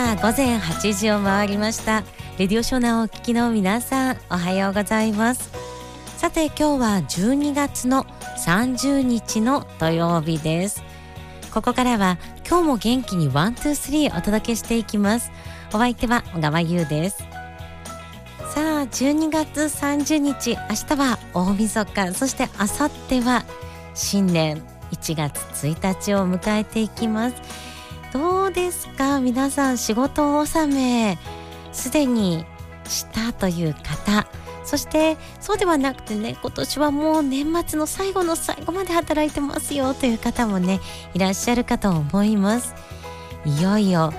午前8時を回りました。レディオショナをお聞きの皆さん、おはようございます。さて今日は12月の30日の土曜日です。ここからは今日も元気にワン、ツー、スリーお届けしていきます。お相手は小川優です。さあ12月30日、明日は大晦日、そして明後日は新年1月1日を迎えていきます。どうですか皆さん、仕事納めすでにしたという方、そしてそうではなくてね、今年はもう年末の最後の最後まで働いてますよという方もねいらっしゃるかと思います。いよいよ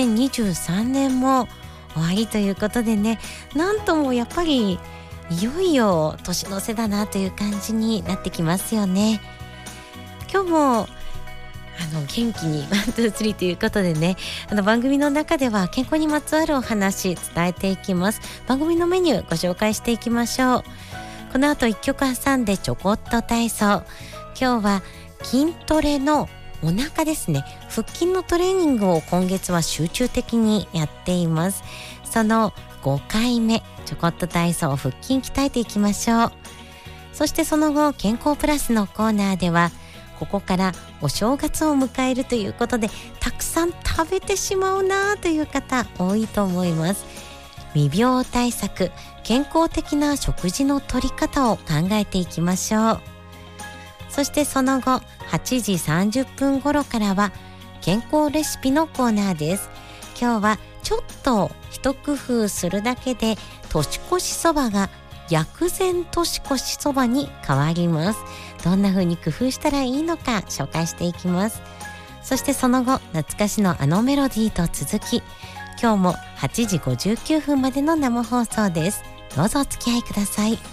2023年も終わりということでね、なんともやっぱりいよいよ年の瀬だなという感じになってきますよね。今日も元気にワン、ツー、スリーということでね、番組の中では健康にまつわるお話伝えていきます。番組のメニューご紹介していきましょう。この後1曲挟んでちょこっと体操。今日は筋トレのお腹ですね、腹筋のトレーニングを今月は集中的にやっています。その5回目ちょこっと体操、腹筋鍛えていきましょう。そしてその後健康プラスのコーナーでは、ここからお正月を迎えるということでたくさん食べてしまうなという方多いと思います。未病対策、健康的な食事の取り方を考えていきましょう。そしてその後8時30分頃からは健康レシピのコーナーです。今日はちょっと一工夫するだけで年越しそばが薬膳年越しそばに変わります。どんな風に工夫したらいいのか紹介していきます。そしてその後懐かしのあのメロディーと続き、今日も8時59分までの生放送です。どうぞお付き合いください。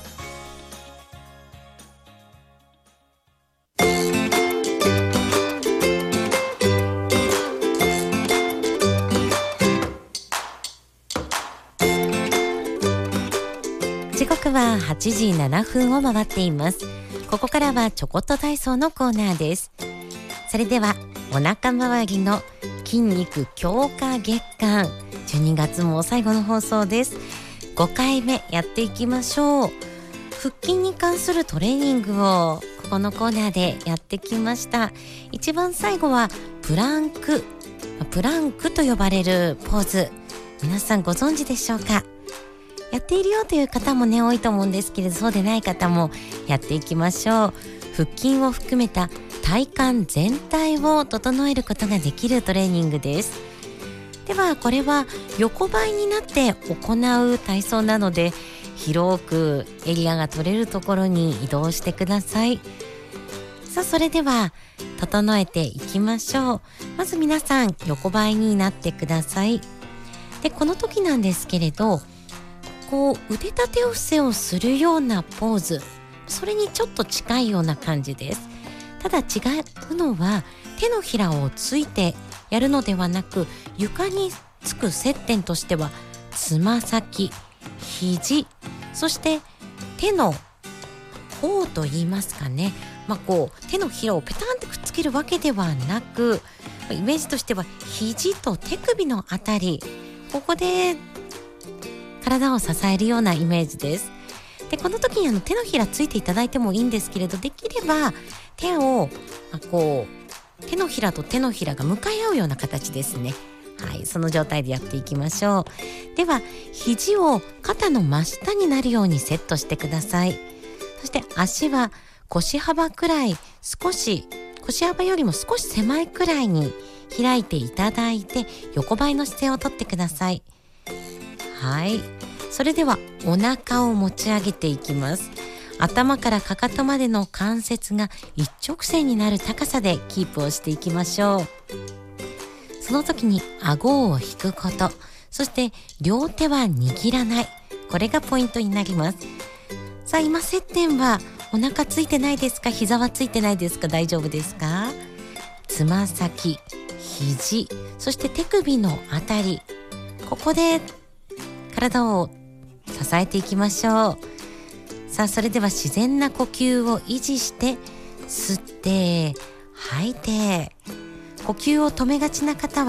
時刻は8時7分を回っています。ここからはちょこっと体操のコーナーです。それではお腹周りの筋肉強化月間、12月も最後の放送です。5回目やっていきましょう。腹筋に関するトレーニングをここのコーナーでやってきました。一番最後はプランクと呼ばれるポーズ、皆さんご存知でしょうか。やっているよという方もね多いと思うんですけれど、そうでない方もやっていきましょう。腹筋を含めた体幹全体を整えることができるトレーニングです。ではこれは横ばいになって行う体操なので、広くエリアが取れるところに移動してください。さあそれでは整えていきましょう。まず皆さん横ばいになってください。でこの時なんですけれど、こう腕立て伏せをするようなポーズ、それにちょっと近いような感じです。ただ違うのは、手のひらをついてやるのではなく、床につく接点としてはつま先、肘、そして手の甲と言いますかね、こう手のひらをペタンってくっつけるわけではなく、イメージとしては肘と手首のあたり、ここで体を支えるようなイメージです。でこの時に手のひらついていただいてもいいんですけれど、できれば手を手のひらと手のひらが向かい合うような形ですね。はい、その状態でやっていきましょう。では肘を肩の真下になるようにセットしてください。そして足は腰幅くらい、腰幅よりも少し狭いくらいに開いていただいて、横ばいの姿勢をとってください。はい、それではお腹を持ち上げていきます。頭からかかとまでの関節が一直線になる高さでキープをしていきましょう。その時に顎を引くこと、そして両手は握らない、これがポイントになります。さあ今接点はお腹ついてないですか、膝はついてないですか、大丈夫ですか。つま先、肘、そして手首のあたり、ここで体を支えていきましょう。さあそれでは自然な呼吸を維持して、吸って吐いて、呼吸を止めがちな方は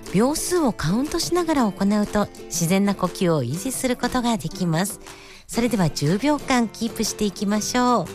秒数をカウントしながら行うと自然な呼吸を維持することができます。それでは10秒間キープしていきましょう。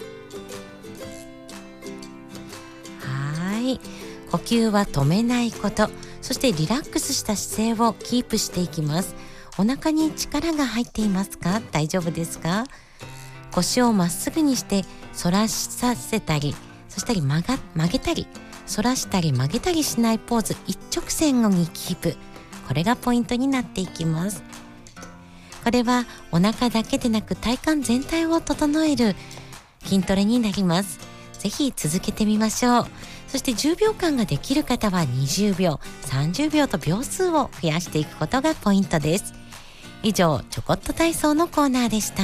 はい、呼吸は止めないこと、そしてリラックスした姿勢をキープしていきます。お腹に力が入っていますか？大丈夫ですか？腰をまっすぐにして反らさせたり、そしたり曲げたり、反らしたり曲げたりしないポーズ、一直線にキープ。これがポイントになっていきます。これはお腹だけでなく体幹全体を整える筋トレになります。ぜひ続けてみましょう。そして10秒間ができる方は20秒、30秒と秒数を増やしていくことがポイントです。以上、ちょこっと体操のコーナーでした。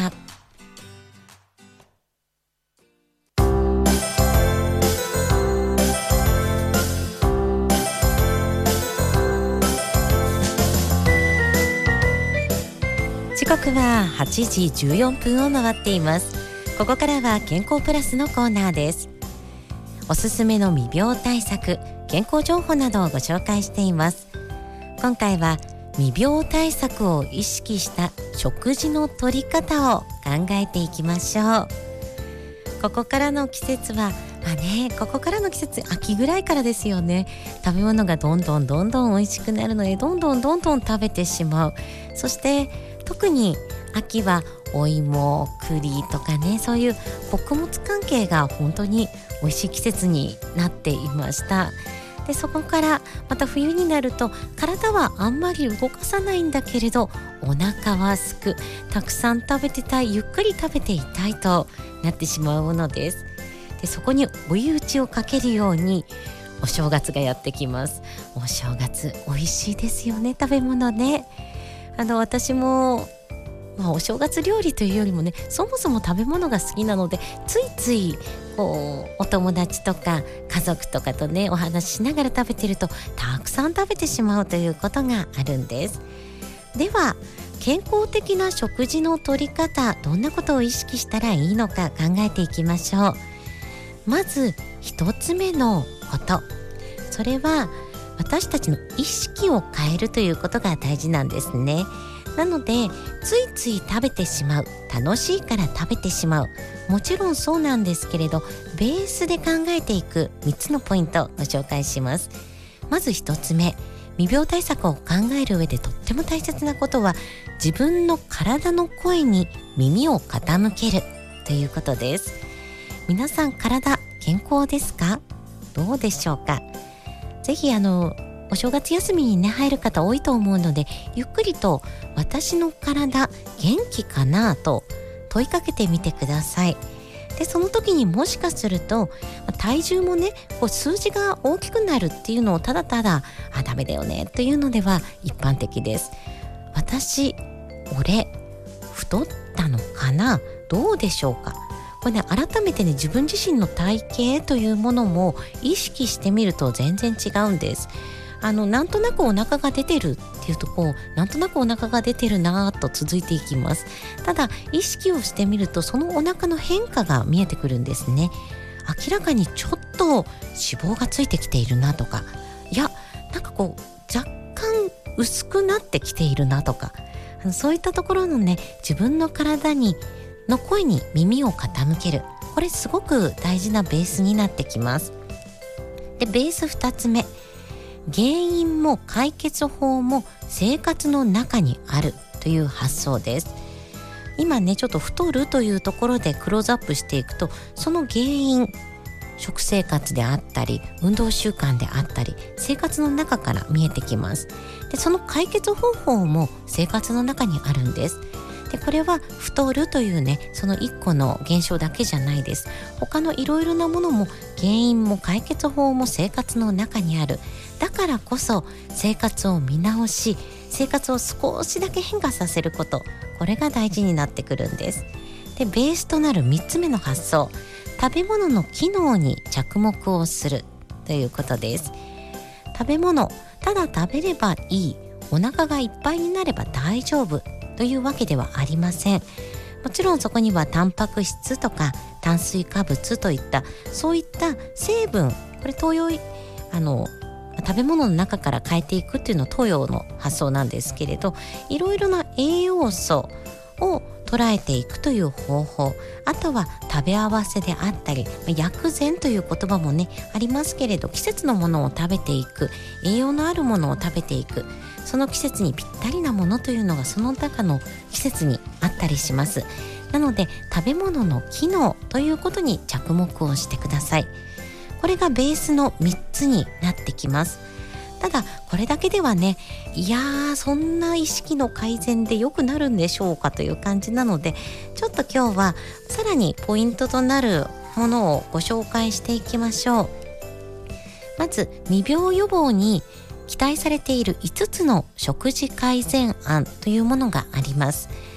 時刻は8時14分を回っています。ここからは健康プラスのコーナーです。おすすめの未病対策、健康情報などをご紹介しています。今回は未病対策を意識した食事の取り方を考えていきましょう。ここからの季節はここからの季節、秋ぐらいからですよね。食べ物がどんどん美味しくなるのでどんどん食べてしまう。そして特に秋はお芋、栗とかね、そういう穀物関係が本当に美味しい季節になっていました。でそこからまた冬になると体はあんまり動かさないんだけれどお腹はすく、たくさん食べてたい、ゆっくり食べていたいとなってしまうものです。でそこに追い打ちをかけるようにお正月がやってきます。お正月美味しいですよね、食べ物ね。私もお正月料理というよりもね、そもそも食べ物が好きなのでついついお友達とか家族とかとねお話ししながら食べてるとたくさん食べてしまうということがあるんです。では健康的な食事の取り方、どんなことを意識したらいいのか考えていきましょう。まず一つ目のこと、それは私たちの意識を変えるということが大事なんですね。なのでついつい食べてしまう、楽しいから食べてしまう、もちろんそうなんですけれど、ベースで考えていく3つのポイントをご紹介します。まず1つ目、未病対策を考える上でとっても大切なことは自分の体の声に耳を傾けるということです。皆さん体健康ですか？どうでしょうか？ぜひお正月休みにね入る方多いと思うので、ゆっくりと私の体元気かなと問いかけてみてください。でその時にもしかすると体重もね数字が大きくなるっていうのをただただダメだよねというのでは一般的です。俺太ったのかな、どうでしょうか？これね、改めてね自分自身の体型というものも意識してみると全然違うんです。なんとなくお腹が出てるっていうとなんとなくお腹が出てるなと続いていきます。ただ意識をしてみるとそのお腹の変化が見えてくるんですね。明らかにちょっと脂肪がついてきているなとか、いや若干薄くなってきているなとか、そういったところのね自分の体の声に耳を傾ける、これすごく大事なベースになってきます。でベース2つ目、原因も解決法も生活の中にあるという発想です。今ねちょっと太るというところでクローズアップしていくと、その原因、食生活であったり運動習慣であったり生活の中から見えてきます。でその解決方法も生活の中にあるんです。でこれは太るというねその1個の現象だけじゃないです。他のいろいろなものも原因も解決法も生活の中にある。だからこそ生活を見直し、生活を少しだけ変化させること、これが大事になってくるんです。でベースとなる3つ目の発想、食べ物の機能に着目をするということです。食べ物、ただ食べればいい、お腹がいっぱいになれば大丈夫というわけではありません。もちろんそこにはタンパク質とか炭水化物といったそういった成分、これ東洋食べ物の中から変えていくっていうのは東洋の発想なんですけれど、いろいろな栄養素を捉えていくという方法、あとは食べ合わせであったり、薬膳という言葉もねありますけれど、季節のものを食べていく、栄養のあるものを食べていく、その季節にぴったりなものというのがその中の季節にあったりします。なので食べ物の機能ということに着目をしてください。これがベースの3つになってきます。ただこれだけではね、いやーそんな意識の改善で良くなるんでしょうかという感じなので、ちょっと今日はさらにポイントとなるものをご紹介していきましょう。まず未病予防に期待されている5つの食事改善案というものがあります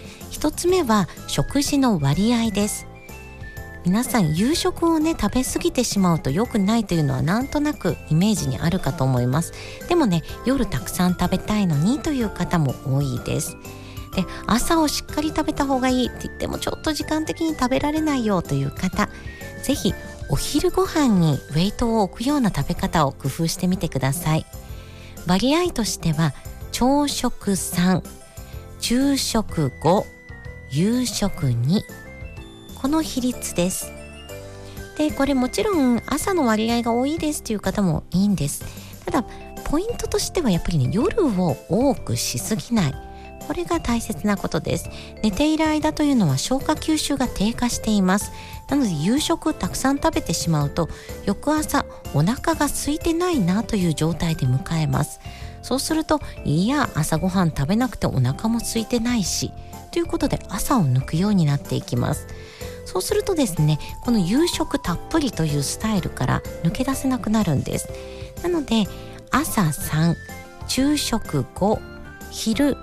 。1つ目は食事の割合です。皆さん夕食をね食べ過ぎてしまうと良くないというのはなんとなくイメージにあるかと思います。でもね、夜たくさん食べたいのにという方も多いです。で、朝をしっかり食べた方がいいって言ってもちょっと時間的に食べられないよという方、ぜひお昼ご飯にウェイトを置くような食べ方を工夫してみてください。割合としては朝食3、昼食5、夕食2、この比率です。で、これもちろん朝の割合が多いですという方もいいんです。ただポイントとしてはやっぱりね、夜を多くしすぎない、これが大切なことです。寝ている間というのは消化吸収が低下しています。なので夕食たくさん食べてしまうと翌朝お腹が空いてないなという状態で迎えます。そうすると、いや朝ごはん食べなくてお腹も空いてないしということで朝を抜くようになっていきます。そうするとですね、この夕食たっぷりというスタイルから抜け出せなくなるんです。なので朝3、昼食5、昼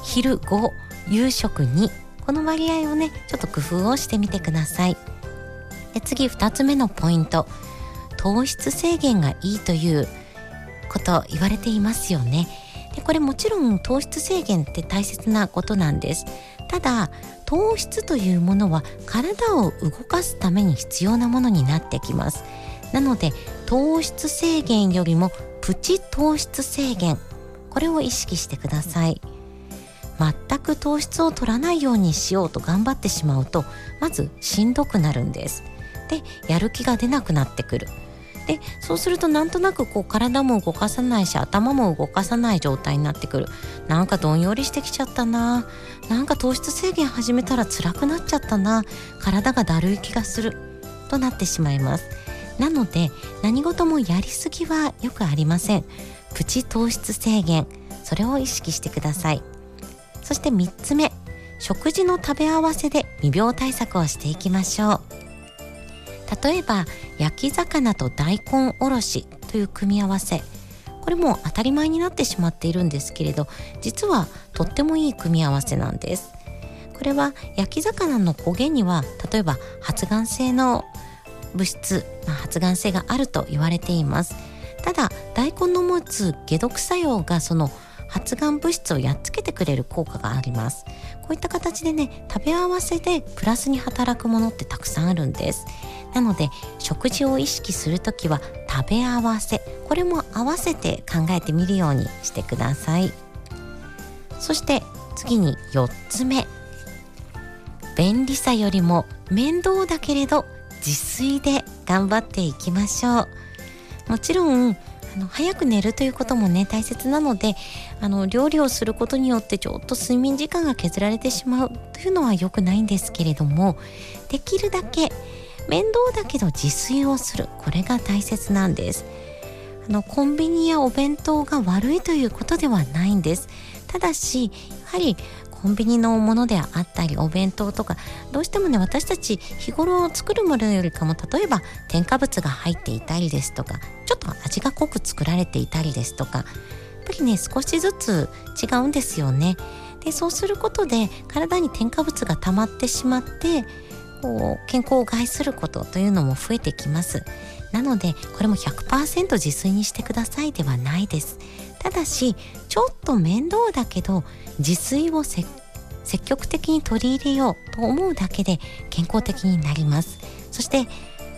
5、夕食2、この割合をねちょっと工夫をしてみてください。で、次2つ目のポイント、糖質制限がいいということ言われていますよね。で、これもちろん糖質制限って大切なことなんです。ただ糖質というものは体を動かすために必要なものになってきます。なので糖質制限よりもプチ糖質制限、これを意識してください。全く糖質を取らないようにしようと頑張ってしまうと、まずしんどくなるんです。で、やる気が出なくなってくる。で、そうするとなんとなく体も動かさないし頭も動かさない状態になってくる。なんかどんよりしてきちゃったな、なんか糖質制限始めたら辛くなっちゃったな、体がだるい気がするとなってしまいます。なので何事もやりすぎはよくありません。プチ糖質制限、それを意識してください。そして3つ目、食事の食べ合わせで未病対策をしていきましょう。例えば焼き魚と大根おろしという組み合わせ、これも当たり前になってしまっているんですけれど、実はとってもいい組み合わせなんです。これは焼き魚の焦げには例えば発がん性の物質、発がん性があると言われています。ただ大根の持つ解毒作用がその発がん物質をやっつけてくれる効果があります。こういった形でね、食べ合わせでプラスに働くものってたくさんあるんです。なので食事を意識するときは食べ合わせ、これも合わせて考えてみるようにしてください。そして次に4つ目、便利さよりも面倒だけれど自炊で頑張っていきましょう。もちろん早く寝るということもね大切なので、料理をすることによってちょっと睡眠時間が削られてしまうというのは良くないんですけれども、できるだけ面倒だけど自炊をする、これが大切なんです。コンビニやお弁当が悪いということではないんです。ただしやはりコンビニのものであったりお弁当とか、どうしてもね私たち日頃作るものよりかも例えば添加物が入っていたりですとか、ちょっと味が濃く作られていたりですとか、やっぱりね少しずつ違うんですよね。で、そうすることで体に添加物が溜まってしまって健康を害することというのも増えてきます。なのでこれも 100% 自炊にしてくださいではないです。ただしちょっと面倒だけど自炊を積極的に取り入れようと思うだけで健康的になります。そして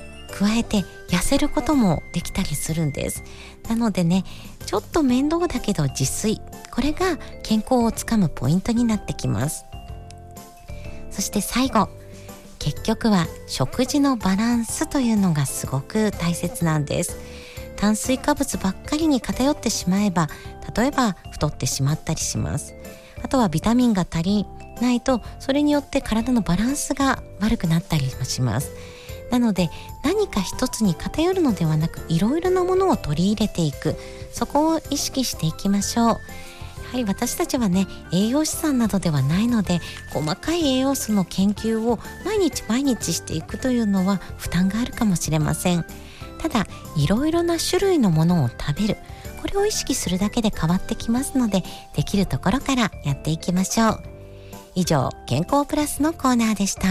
加えて痩せることもできたりするんです。なのでね、ちょっと面倒だけど自炊、これが健康をつかむポイントになってきます。そして最後、結局は食事のバランスというのがすごく大切なんです。炭水化物ばっかりに偏ってしまえば、例えば太ってしまったりします。あとはビタミンが足りないと、それによって体のバランスが悪くなったりもします。なので何か一つに偏るのではなく、いろいろなものを取り入れていく、そこを意識していきましょう。やはり私たちはね、栄養士さんなどではないので、細かい栄養素の研究を毎日毎日していくというのは負担があるかもしれません。ただいろいろな種類のものを食べる、これを意識するだけで変わってきますので、できるところからやっていきましょう。以上、健康プラスのコーナーでした。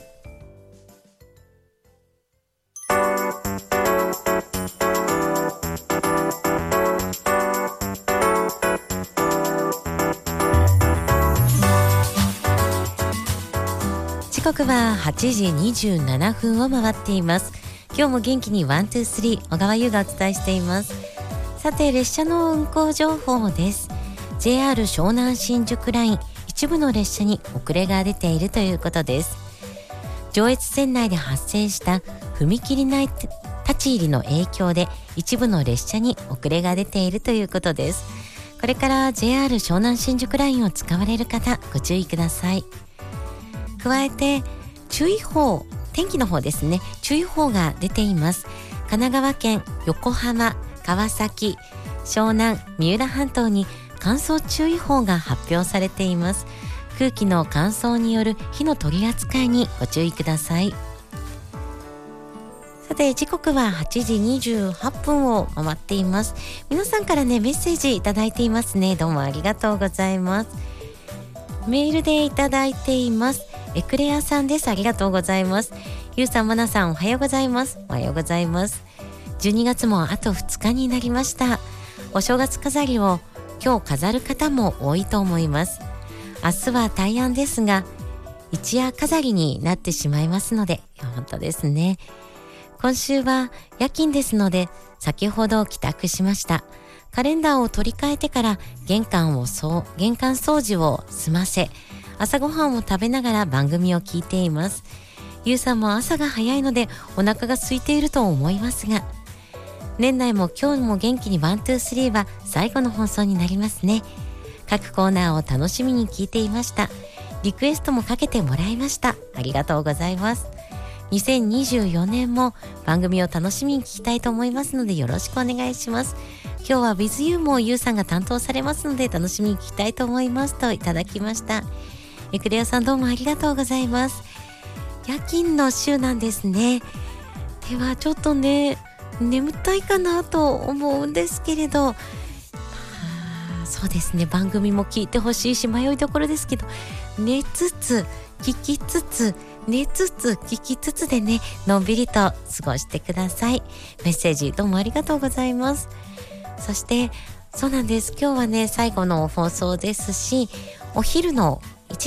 時刻は8時27分を回っています。今日も元気にワン、ツー、スリー、小川優がお伝えしています。さて、列車の運行情報です。 JR 湘南新宿ライン、一部の列車に遅れが出ているということです。上越線内で発生した踏切内立ち入りの影響で、一部の列車に遅れが出ているということです。これから JR 湘南新宿ラインを使われる方、ご注意ください。加えて注意報、天気の方ですね、注意報が出ています。神奈川県、横浜、川崎、湘南、三浦半島に乾燥注意報が発表されています。空気の乾燥による火の取り扱いにご注意ください。さて、時刻は8時28分を回っています。皆さんからね、メッセージいただいていますね。どうもありがとうございます。メールでいただいています。エクレアさんです。ありがとうございます。ゆうさん、まなさん、おはようございます。おはようございます。12月もあと2日になりました。お正月飾りを今日飾る方も多いと思います。明日は大安ですが、一夜飾りになってしまいますので、本当ですね。今週は夜勤ですので、先ほど帰宅しました。カレンダーを取り替えてから玄関掃除を済ませ、朝ごはんを食べながら番組を聞いています。ゆうさんも朝が早いのでお腹が空いていると思いますが、年内も今日も元気にワン、ツー、スリーは最後の放送になりますね。各コーナーを楽しみに聞いていました。リクエストもかけてもらいました。ありがとうございます。2024年も番組を楽しみに聞きたいと思いますので、よろしくお願いします。今日は With You もゆうさんが担当されますので、楽しみに聞きたいと思いますといただきました。エクレアさん、どうもありがとうございます。夜勤の週なんですね。ではちょっとね、眠たいかなと思うんですけれど、そうですね、番組も聞いてほしいし迷いどころですけど、寝つつ聞きつつ寝つつ聞きつつでね、のんびりと過ごしてください。メッセージどうもありがとうございます。そしてそうなんです、今日はね、最後の放送ですし、お昼の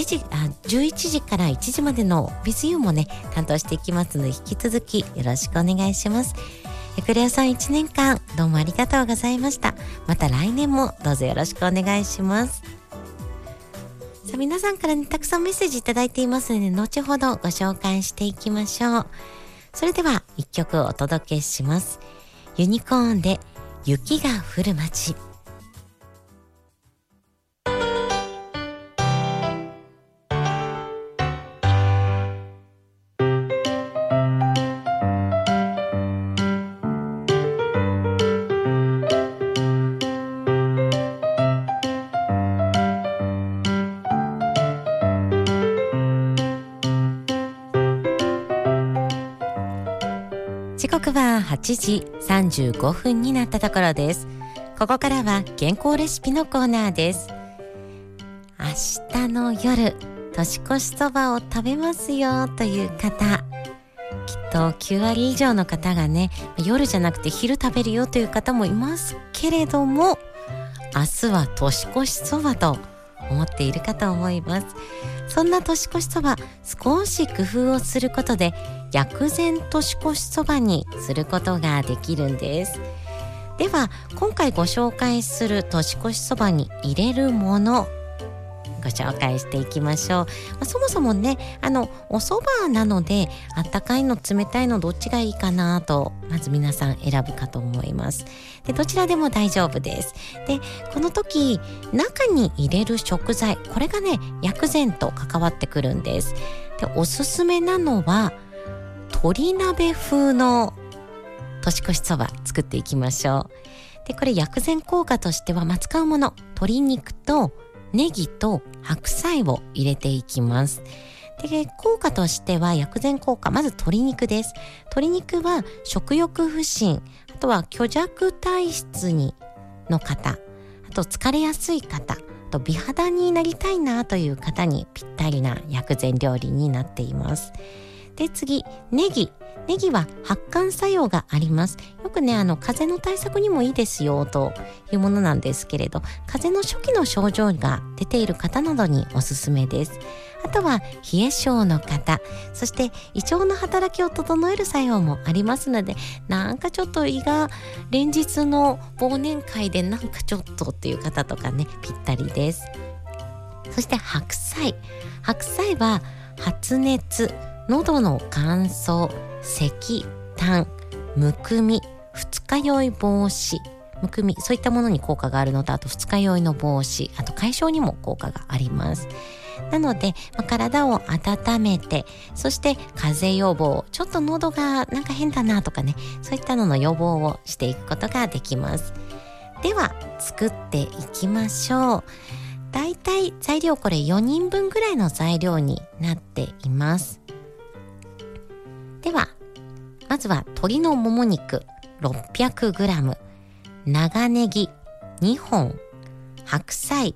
11時から1時までの With You もね、担当していきますので、引き続きよろしくお願いします。エクレアさん、1年間どうもありがとうございました。また来年もどうぞよろしくお願いします。さあ、皆さんからね、たくさんメッセージいただいていますので、後ほどご紹介していきましょう。それでは1曲お届けします。ユニコーンで雪が降る街。時刻は8時35分になったところです。ここからは健康レシピのコーナーです。明日の夜、年越しそばを食べますよという方、きっと9割以上の方がね、夜じゃなくて昼食べるよという方もいますけれども、明日は年越しそばと思っているかと思います。そんな年越しそば、少し工夫をすることで薬膳年越しそばにすることができるんです。では今回ご紹介する年越しそばに入れるもの、ご紹介していきましょう。そもそもね、お蕎麦なので、あったかいの冷たいのどっちがいいかなと、まず皆さん選ぶかと思います。で、どちらでも大丈夫です。で、この時中に入れる食材、これがね、薬膳と関わってくるんです。で、おすすめなのは鶏鍋風の年越しそば作っていきましょう。で、これ薬膳効果としては、使うもの、鶏肉とネギと白菜を入れていきます。で、効果としては薬膳効果、まず鶏肉です。鶏肉は食欲不振、あとは虚弱体質の方、あと疲れやすい方、あと美肌になりたいなという方にぴったりな薬膳料理になっています。で、次、ネギは発汗作用があります。よくね、風邪の対策にもいいですよというものなんですけれど、風邪の初期の症状が出ている方などにおすすめです。あとは冷え性の方、そして胃腸の働きを整える作用もありますので、なんかちょっと胃が連日の忘年会でなんかちょっとっていう方とかね、ぴったりです。そして白菜は発熱、喉の乾燥、咳、痰、むくみ、二日酔い防止、むくみ、そういったものに効果があるのと、あと二日酔いの防止、あと解消にも効果があります。なので、体を温めて、そして風邪予防、ちょっと喉がなんか変だなとかね、そういったのの予防をしていくことができます。では作っていきましょう。だいたい材料、これ4人分ぐらいの材料になっています。ではまずは鶏のもも肉 600g、 長ネギ2本、白菜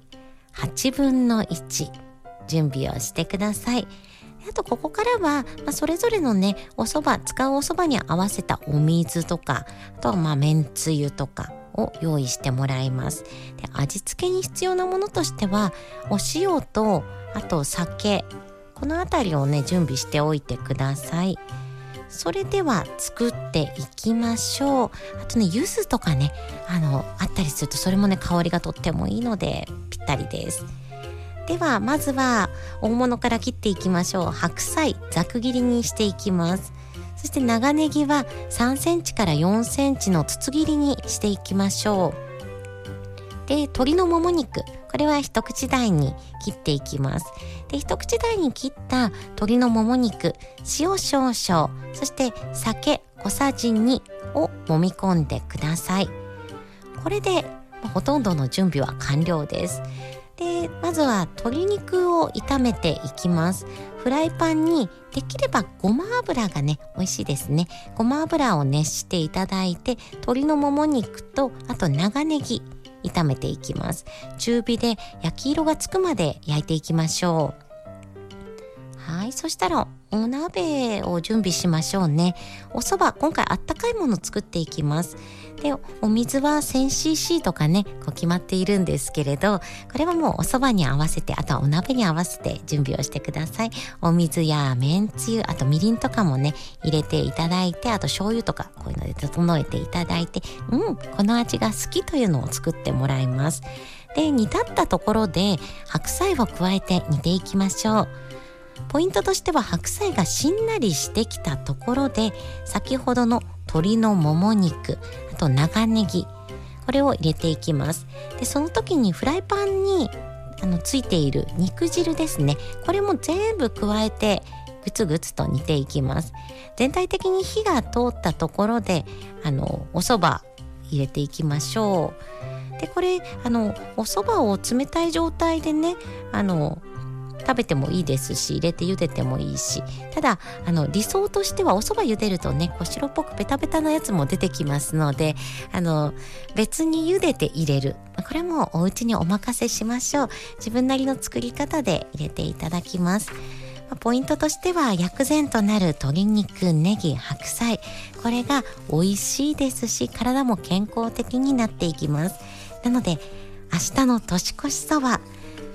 8分の1準備をしてください。あとここからは、それぞれのね、使うお蕎麦に合わせたお水とか、あとはめんつゆとかを用意してもらいます。で、味付けに必要なものとしては、お塩とあと酒、このあたりをね準備しておいてください。それでは作っていきましょう。あとね、柚子とかね、あったりすると、それもね香りがとってもいいのでぴったりです。ではまずは大物から切っていきましょう。白菜ざく切りにしていきます。そして長ネギは3センチから4センチの筒切りにしていきましょう。で、鶏のもも肉、これは一口大に切っていきます。で、一口大に切った鶏のもも肉、塩少々、そして酒小さじ2を揉み込んでください。これでほとんどの準備は完了です。で、まずは鶏肉を炒めていきます。フライパンにできればごま油がね、美味しいですね。ごま油を熱していただいて、鶏のもも肉とあと長ネギ炒めていきます。中火で焼き色がつくまで焼いていきましょう。はい、そしたらお鍋を準備しましょうね。お蕎麦、今回あったかいもの作っていきます。で、お水は 1000cc とかね、決まっているんですけれど、これはもうお蕎麦に合わせて、あとはお鍋に合わせて準備をしてください。お水やめんつゆ、あとみりんとかもね入れていただいて、あと醤油とかこういうので整えていただいて、この味が好きというのを作ってもらいます。で、煮立ったところで白菜を加えて煮ていきましょう。ポイントとしては、白菜がしんなりしてきたところで、先ほどの鶏のもも肉、あと長ネギ、これを入れていきます。で、その時にフライパンについている肉汁ですね、これも全部加えてグツグツと煮ていきます。全体的に火が通ったところでお蕎麦入れていきましょう。で、これお蕎麦を冷たい状態でね食べてもいいですし、入れて茹でてもいいし、ただ理想としてはお蕎麦茹でるとね、白っぽくペタペタなやつも出てきますので、別に茹でて入れる、これもお家にお任せしましょう。自分なりの作り方で入れていただきます。ポイントとしては、薬膳となる鶏肉、ネギ、白菜、これが美味しいですし、体も健康的になっていきます。なので明日の年越しそば、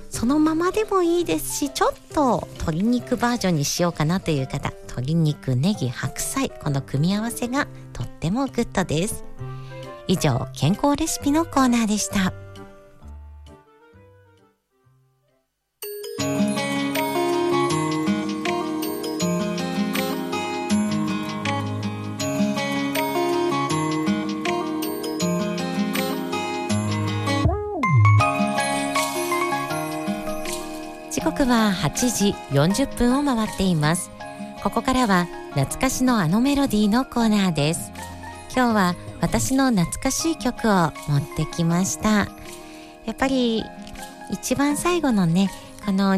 そのままでもいいですし、ちょっと鶏肉バージョンにしようかなという方、鶏肉、ネギ、白菜、この組み合わせがとってもグッドです。以上、健康レシピのコーナーでした。時刻は8時40分を回っています。ここからは懐かしのあのメロディーのコーナーです。今日は私の懐かしい曲を持ってきました。やっぱり一番最後のね、この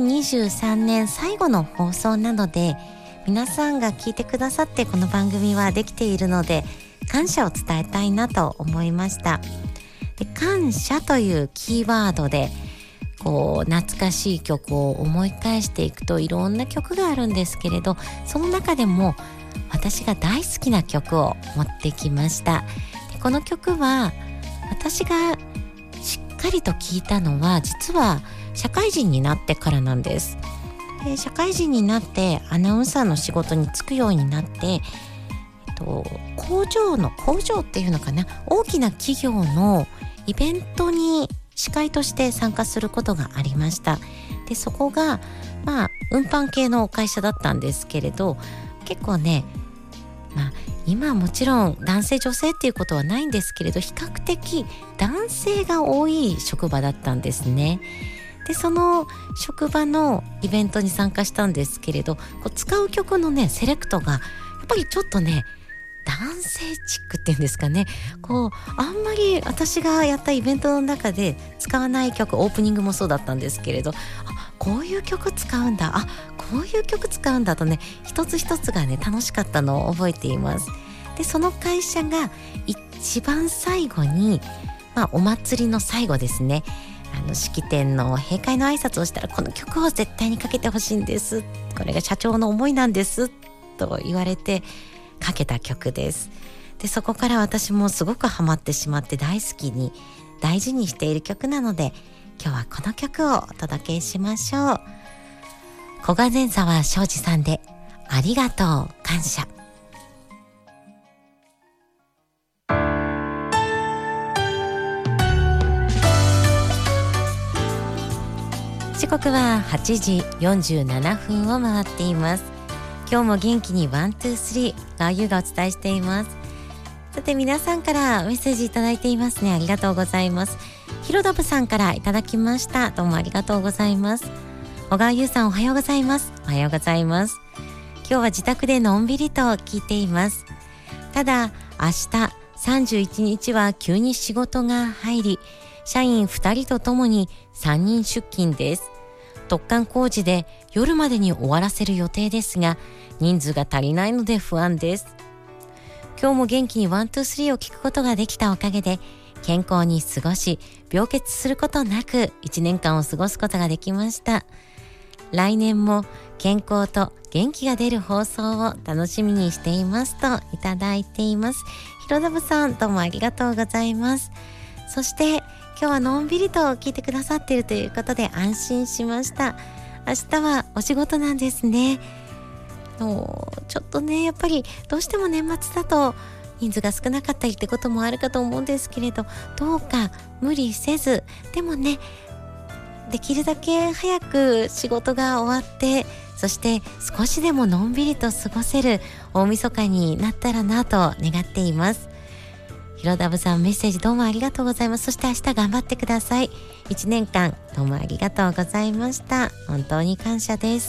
2023年最後の放送なので、皆さんが聞いてくださってこの番組はできているので、感謝を伝えたいなと思いました。で、感謝というキーワードでこう懐かしい曲を思い返していくと、いろんな曲があるんですけれど、その中でも私が大好きな曲を持ってきました。で、この曲は私がしっかりと聴いたのは実は社会人になってからなんです。で、社会人になってアナウンサーの仕事に就くようになって、工場っていうのかな、大きな企業のイベントに司会として参加することがありました。で、そこが運搬系の会社だったんですけれど、結構ね、今はもちろん男性女性っていうことはないんですけれど、比較的男性が多い職場だったんですね。で、その職場のイベントに参加したんですけれど、使う曲のねセレクトがやっぱりちょっとね男性チックっていうんですかね、あんまり私がやったイベントの中で使わない曲、オープニングもそうだったんですけれど、こういう曲使うんだ、こういう曲使うんだとね、一つ一つがね楽しかったのを覚えています。で、その会社が一番最後に、お祭りの最後ですね、式典の閉会の挨拶をしたら、この曲を絶対にかけてほしいんです、これが社長の思いなんですと言われてかけた曲です。で、そこから私もすごくハマってしまって、大好きに大事にしている曲なので、今日はこの曲をお届けしましょう。小賀前沢庄司さんでありがとう感謝。時刻は8時47分を回っています。今日も元気にワン、ツー、スリー、ガーユーがお伝えしています。さて、皆さんからメッセージいただいていますね。ありがとうございます。ひろだぶさんからいただきました。どうもありがとうございます。小川優さん、おはようございます。おはようございます。今日は自宅でのんびりと聞いています。ただ、明日31日は急に仕事が入り、社員2人とともに3人出勤です。突貫工事で夜までに終わらせる予定ですが、人数が足りないので不安です。今日も元気にワン、ツー、スリーを聞くことができたおかげで、健康に過ごし、病欠することなく1年間を過ごすことができました。来年も健康と元気が出る放送を楽しみにしていますといただいています。ひろだぶさん、どうもありがとうございます。そして今日はのんびりと聞いてくださっているということで安心しました。明日はお仕事なんですね。ちょっとね、やっぱりどうしても年末だと人数が少なかったりってこともあるかと思うんですけれど、どうか無理せず、でもね、できるだけ早く仕事が終わって、そして少しでものんびりと過ごせる大晦日になったらなと願っています。ひろだぶさん、メッセージどうもありがとうございます。そして明日頑張ってください。1年間どうもありがとうございました。本当に感謝です。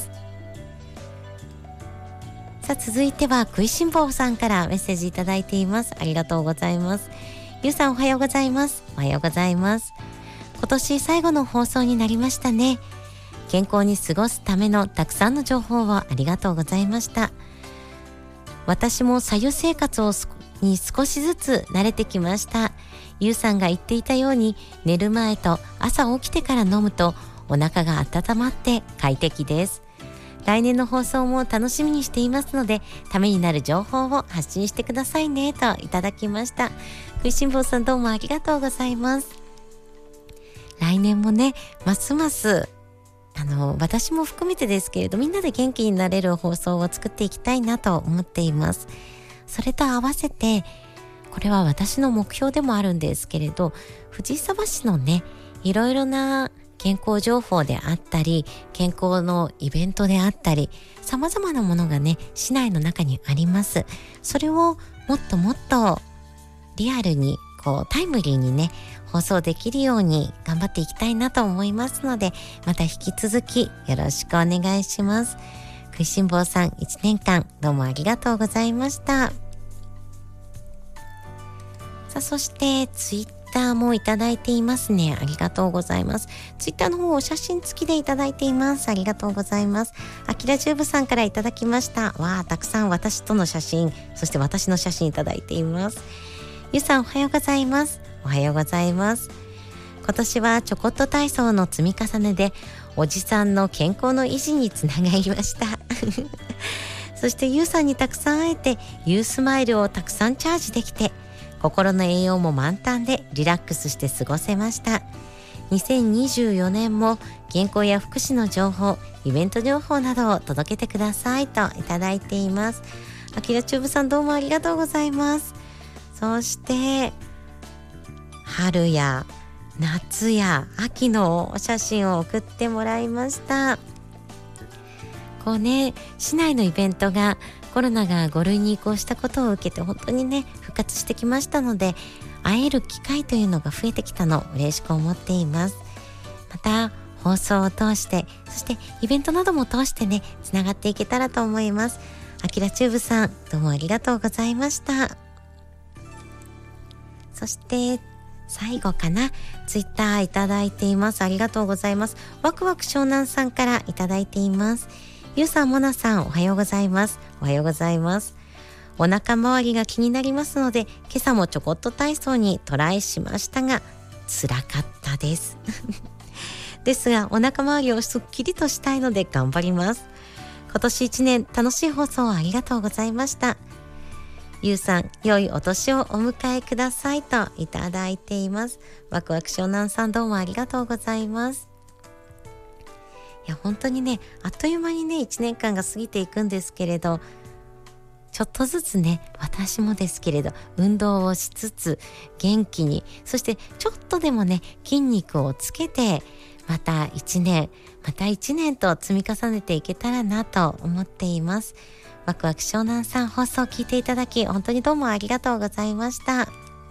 さあ、続いては食いしん坊さんからメッセージいただいています。ありがとうございます。ゆうさん、おはようございます。おはようございます。今年最後の放送になりましたね。健康に過ごすためのたくさんの情報をありがとうございました。私も白湯生活に少しずつ慣れてきました。ゆうさんが言っていたように、寝る前と朝起きてから飲むとお腹が温まって快適です。来年の放送も楽しみにしていますので、ためになる情報を発信してくださいねといただきました。食いしん坊さん、どうもありがとうございます。 来年もねますます私も含めてですけれどみんなで元気になれる放送を作っていきたいなと思っています。それと合わせてこれは私の目標でもあるんですけれど、藤沢市のねいろいろな健康情報であったり健康のイベントであったり様々なものがね市内の中にあります。それをもっともっとリアルにタイムリーにね放送できるように頑張っていきたいなと思いますので、また引き続きよろしくお願いします。食いしん坊さん1年間どうもありがとうございました。さあそしてツイッターもいただいていますね。ありがとうございます。ツイッターの方お写真付きでいただいています。ありがとうございます。あきらじゅうぶさんからいただきました。わあ、たくさん私との写真、そして私の写真いただいています。ゆさんおはようございます。おはようございます。今年はちょこっと体操の積み重ねでおじさんの健康の維持につながりましたそしてゆうさんにたくさん会えてユースマイルをたくさんチャージできて心の栄養も満タンでリラックスして過ごせました。2024年も健康や福祉の情報、イベント情報などを届けてくださいといただいています。あきらチューブさんどうもありがとうございます。そして春や夏や秋のお写真を送ってもらいました。市内のイベントがコロナが5類に移行したことを受けて本当にね復活してきましたので、会える機会というのが増えてきたのを嬉しく思っています。また放送を通してそしてイベントなども通してねつながっていけたらと思います。あきらチューブさんどうもありがとうございました。そして最後かな、ツイッターいただいています。ありがとうございます。ワクワク湘南さんからいただいています。ゆうさん、もなさんおはようございます。おはようございます。お腹周りが気になりますので今朝もちょこっと体操にトライしましたが辛かったですですがお腹周りをすっきりとしたいので頑張ります。今年1年楽しい放送ありがとうございました。ゆうさん良いお年をお迎えくださいといただいています。ワクワク湘南さんどうもありがとうございます。いや本当にねあっという間にね1年間が過ぎていくんですけれど、ちょっとずつね私もですけれど運動をしつつ元気に、そしてちょっとでもね筋肉をつけてまた1年と積み重ねていけたらなと思っています。ワクワク湘南さん放送を聞いていただき本当にどうもありがとうございました。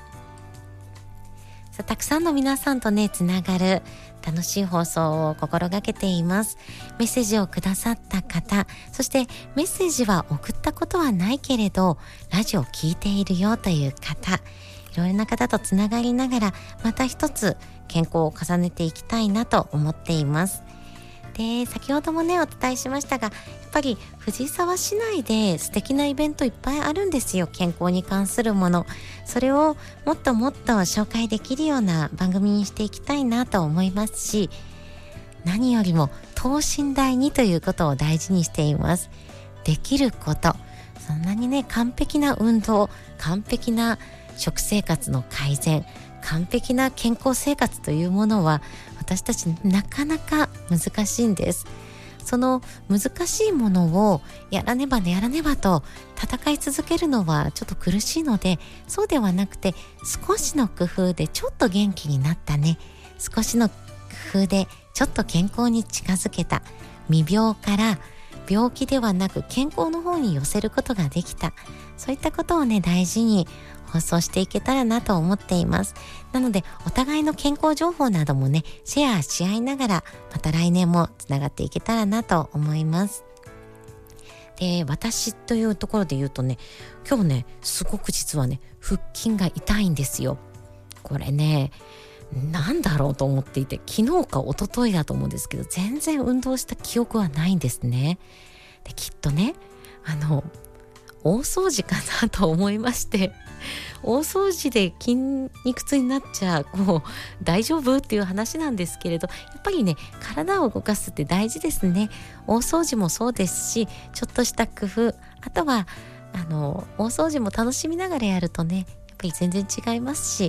たくさんの皆さんとねつながる楽しい放送を心がけています。メッセージをくださった方、そしてメッセージは送ったことはないけれどラジオを聞いているよという方、いろいろな方とつながりながらまた一つ健康を重ねていきたいなと思っています。で先ほどもねお伝えしましたがやっぱり藤沢市内で素敵なイベントいっぱいあるんですよ。健康に関するもの、それをもっともっと紹介できるような番組にしていきたいなと思いますし、何よりも等身大にということを大事にしています。できること、そんなにね完璧な運動、完璧な食生活の改善、完璧な健康生活というものは私たちなかなか難しいんです。その難しいものをやらねばと戦い続けるのはちょっと苦しいので、そうではなくて少しの工夫でちょっと元気になったね、少しの工夫でちょっと健康に近づけた、未病から病気ではなく健康の方に寄せることができた、そういったことをね大事に放送していけたらなと思っています。なのでお互いの健康情報などもねシェアし合いながらまた来年もつながっていけたらなと思います。で私というところで言うとね今日ねすごく実はね腹筋が痛いんですよ。これねなんだろうと思っていて昨日か一昨日だと思うんですけど全然運動した記憶はないんですね。できっとね大掃除かなと思いまして、大掃除で筋肉痛になっちゃ大丈夫っていう話なんですけれど、やっぱりね体を動かすって大事ですね。大掃除もそうですしちょっとした工夫、あとは大掃除も楽しみながらやるとねやっぱり全然違いますし、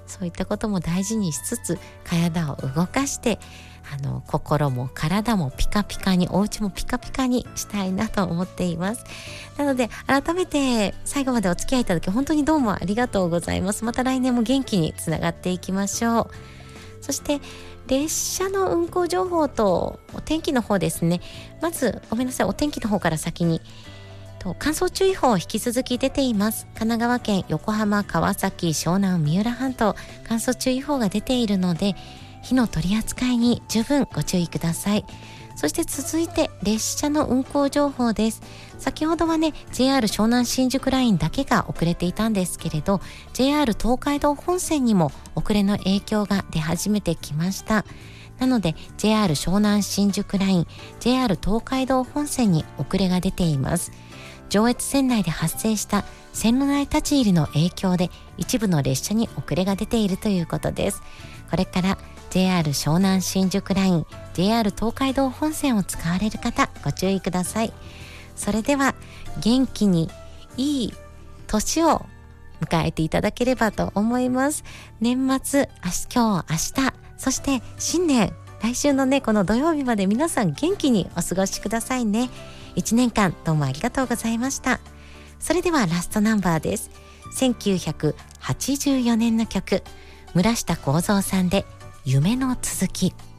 そういったことも大事にしつつ、体を動かして心も体もピカピカに、お家もピカピカにしたいなと思っています。なので改めて最後までお付き合いいただき本当にどうもありがとうございます。また来年も元気につながっていきましょう。そして列車の運行情報とお天気の方ですね。まずごめんなさい、お天気の方から先に乾燥注意報引き続き出ています。神奈川県、横浜、川崎、湘南、三浦半島、乾燥注意報が出ているので、火の取り扱いに十分ご注意ください。そして続いて列車の運行情報です。先ほどはね JR 湘南新宿ラインだけが遅れていたんですけれど、 JR 東海道本線にも遅れの影響が出始めてきました。なので JR 湘南新宿ライン、 JR 東海道本線に遅れが出ています。上越線内で発生した線路内立ち入りの影響で一部の列車に遅れが出ているということです。これから JR 湘南新宿ライン、 JR 東海道本線を使われる方ご注意ください。それでは元気にいい年を迎えていただければと思います。年末、今日、明日、そして新年、来週のねこの土曜日まで皆さん元気にお過ごしくださいね。1年間どうもありがとうございました。それではラストナンバーです。1984年の曲、村下幸三さんで夢の続き。